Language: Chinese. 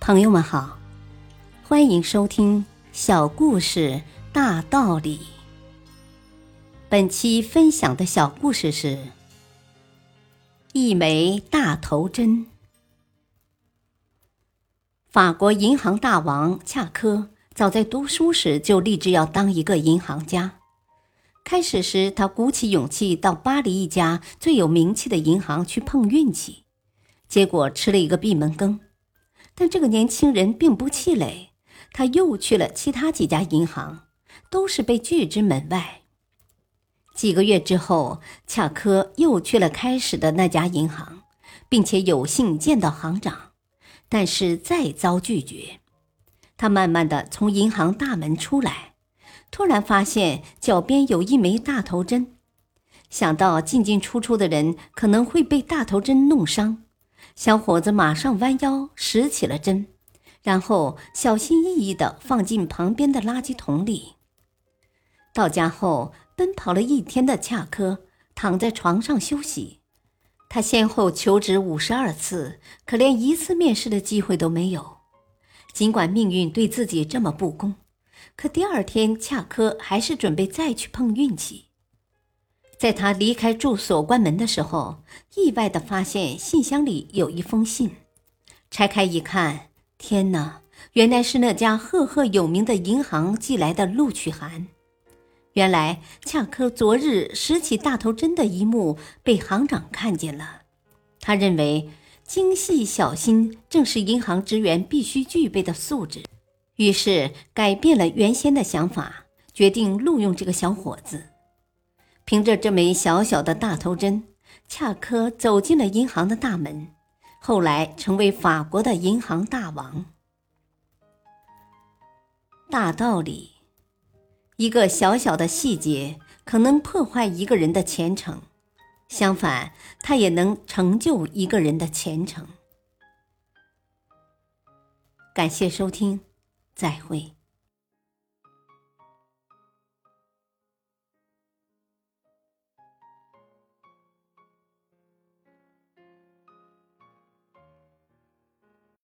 朋友们好，欢迎收听小故事大道理。本期分享的小故事是一枚大头针。法国银行大王恰科早在读书时就立志要当一个银行家。开始时，他鼓起勇气到巴黎一家最有名气的银行去碰运气，结果吃了一个闭门羹。但这个年轻人并不气馁，他又去了其他几家银行，都是被拒之门外。几个月之后，恰科又去了开始的那家银行，并且有幸见到行长，但是再遭拒绝。他慢慢地从银行大门出来，突然发现脚边有一枚大头针，想到进进出出的人可能会被大头针弄伤，小伙子马上弯腰拾起了针，然后小心翼翼地放进旁边的垃圾桶里。到家后，奔跑了一天的恰科躺在床上休息。他先后求职52次，可连一次面试的机会都没有。尽管命运对自己这么不公，可第二天恰科还是准备再去碰运气。在他离开住所关门的时候，意外地发现信箱里有一封信。拆开一看，天哪，原来是那家赫赫有名的银行寄来的录取函。原来恰科昨日拾起大头针的一幕被行长看见了。他认为精细小心正是银行职员必须具备的素质，于是改变了原先的想法，决定录用这个小伙子。凭着这枚小小的大头针，恰科走进了银行的大门，后来成为法国的银行大王。大道理，一个小小的细节可能破坏一个人的前程，相反，它也能成就一个人的前程。感谢收听，再会。